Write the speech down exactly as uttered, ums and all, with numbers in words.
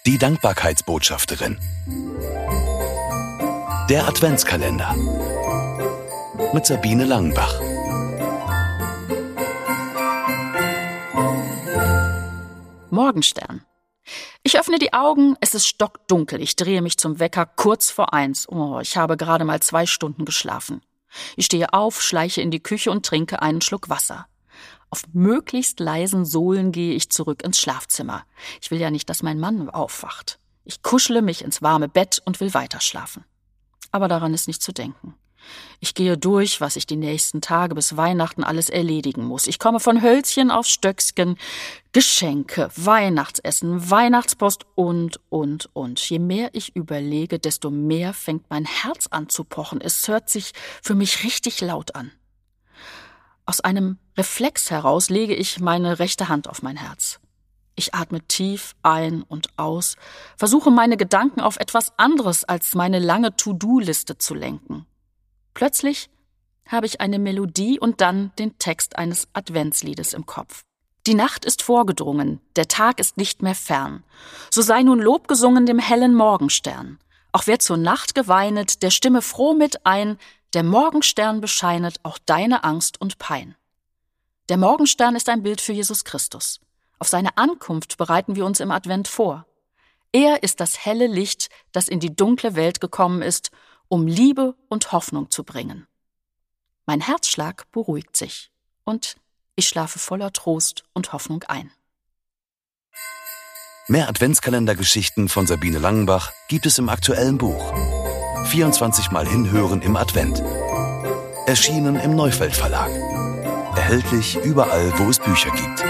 Die Dankbarkeitsbotschafterin. Der Adventskalender mit Sabine Langenbach. Morgenstern. Ich öffne die Augen, es ist stockdunkel. Ich drehe mich zum Wecker kurz vor eins. Oh, ich habe gerade mal zwei Stunden geschlafen. Ich stehe auf, schleiche in die Küche und trinke einen Schluck Wasser. Auf möglichst leisen Sohlen gehe ich zurück ins Schlafzimmer. Ich will ja nicht, dass mein Mann aufwacht. Ich kuschele mich ins warme Bett und will weiterschlafen. Aber daran ist nicht zu denken. Ich gehe durch, was ich die nächsten Tage bis Weihnachten alles erledigen muss. Ich komme von Hölzchen auf Stöcksken, Geschenke, Weihnachtsessen, Weihnachtspost und, und, und. Je mehr ich überlege, desto mehr fängt mein Herz an zu pochen. Es hört sich für mich richtig laut an. Aus einem Reflex heraus lege ich meine rechte Hand auf mein Herz. Ich atme tief ein und aus, versuche meine Gedanken auf etwas anderes als meine lange To-Do-Liste zu lenken. Plötzlich habe ich eine Melodie und dann den Text eines Adventsliedes im Kopf. Die Nacht ist vorgedrungen, der Tag ist nicht mehr fern. So sei nun Lob gesungen dem hellen Morgenstern. Auch wer zur Nacht geweinet, der stimme froh mit ein, der Morgenstern bescheinet auch deine Angst und Pein. Der Morgenstern ist ein Bild für Jesus Christus. Auf seine Ankunft bereiten wir uns im Advent vor. Er ist das helle Licht, das in die dunkle Welt gekommen ist, um Liebe und Hoffnung zu bringen. Mein Herzschlag beruhigt sich und ich schlafe voller Trost und Hoffnung ein. Mehr Adventskalendergeschichten von Sabine Langenbach gibt es im aktuellen Buch vierundzwanzig Mal hinhören im Advent. Erschienen im Neufeld Verlag. Erhältlich überall, wo es Bücher gibt.